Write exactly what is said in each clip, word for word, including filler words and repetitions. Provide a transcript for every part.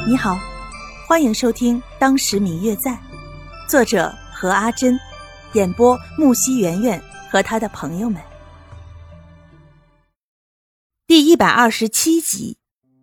你好，欢迎收听《当时明月在》，作者何阿珍，演播木西圆圆和他的朋友们。第一百二十七集。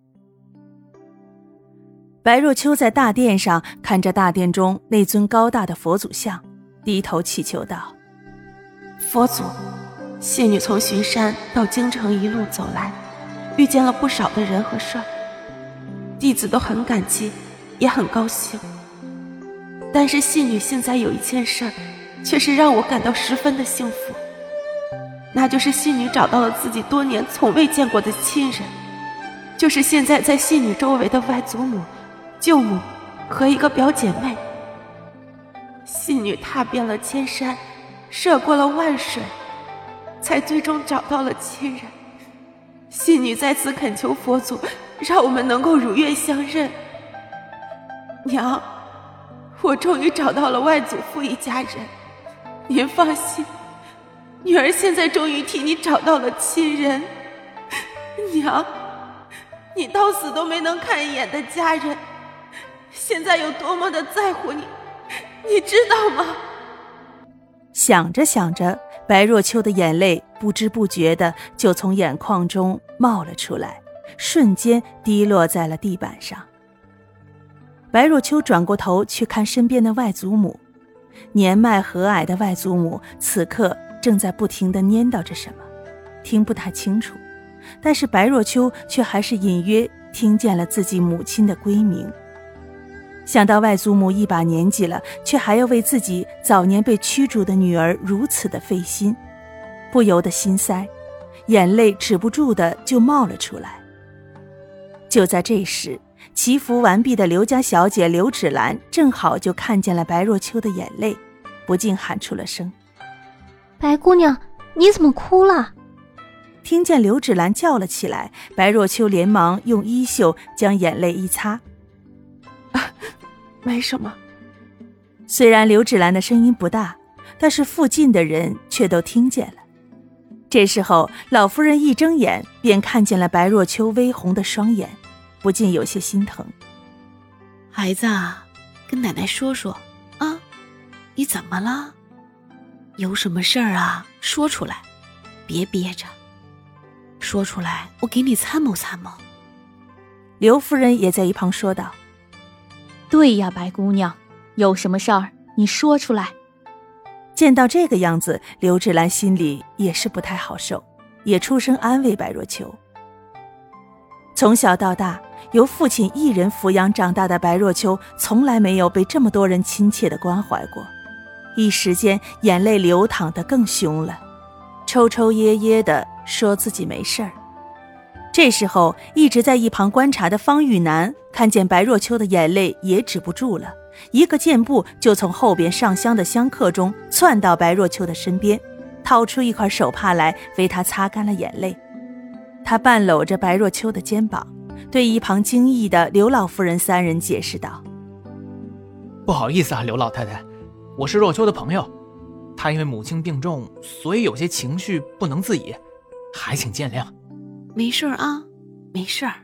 白若秋在大殿上看着大殿中那尊高大的佛祖像，低头祈求道： 佛祖，谢女从巡山到京城一路走来，遇见了不少的人和事儿，弟子都很感激，也很高兴。但是戏女现在有一件事儿，却是让我感到十分的幸福，那就是戏女找到了自己多年从未见过的亲人，就是现在在戏女周围的外祖母、舅母和一个表姐妹。戏女踏遍了千山，涉过了万水，才最终找到了亲人。戏女在此恳求佛祖，让我们能够如愿相认。娘，我终于找到了外祖父一家人，您放心，女儿现在终于替你找到了亲人。娘，你到死都没能看一眼的家人，现在有多么的在乎你，你知道吗？ 想着想着，白若秋的眼泪不知不觉的就从眼眶中冒了出来，瞬间滴落在了地板上。白若秋转过头去看身边的外祖母，年迈和蔼的外祖母此刻正在不停地念叨着什么，听不太清楚，但是白若秋却还是隐约听见了自己母亲的闺名。想到外祖母一把年纪了，却还要为自己早年被驱逐的女儿如此的费心，不由得心塞，眼泪止不住的就冒了出来。就在这时，祈福完毕的刘家小姐刘芷兰正好就看见了白若秋的眼泪，不禁喊出了声： 白姑娘，你怎么哭了？ 听见刘芷兰叫了起来，白若秋连忙用衣袖将眼泪一擦： 啊，没什么。 虽然刘芷兰的声音不大，但是附近的人却都听见了。这时候老夫人一睁眼便看见了白若秋微红的双眼，不禁有些心疼。 孩子啊，跟奶奶说说啊，你怎么了？有什么事儿啊，说出来，别憋着，说出来我给你参谋参谋。 刘夫人也在一旁说道： 对呀，白姑娘，有什么事儿你说出来。 见到这个样子，刘芷兰心里也是不太好受，也出声安慰白若秋。从小到大，由父亲一人抚养长大的白若秋，从来没有被这么多人亲切的关怀过，一时间眼泪流淌得更凶了，抽抽噎噎地说自己没事儿。这时候一直在一旁观察的方玉楠看见白若秋的眼泪也止不住了，一个箭步就从后边上香的香客中窜到白若秋的身边，掏出一块手帕来为她擦干了眼泪。他半搂着白若秋的肩膀，对一旁惊异的刘老夫人三人解释道： 不好意思啊，刘老太太，我是若秋的朋友，她因为母亲病重，所以有些情绪不能自已，还请见谅。 没事啊，没事儿。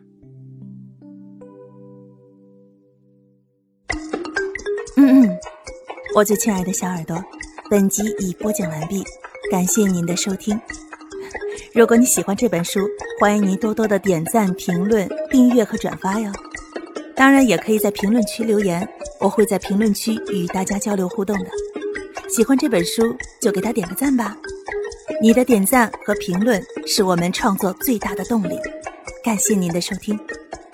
嗯嗯，我最亲爱的小耳朵，本集已播讲完毕，感谢您的收听。如果你喜欢这本书，欢迎您多多的点赞、评论、订阅和转发哟。当然也可以在评论区留言，我会在评论区与大家交流互动的。喜欢这本书就给它点个赞吧，你的点赞和评论是我们创作最大的动力。感谢您的收听。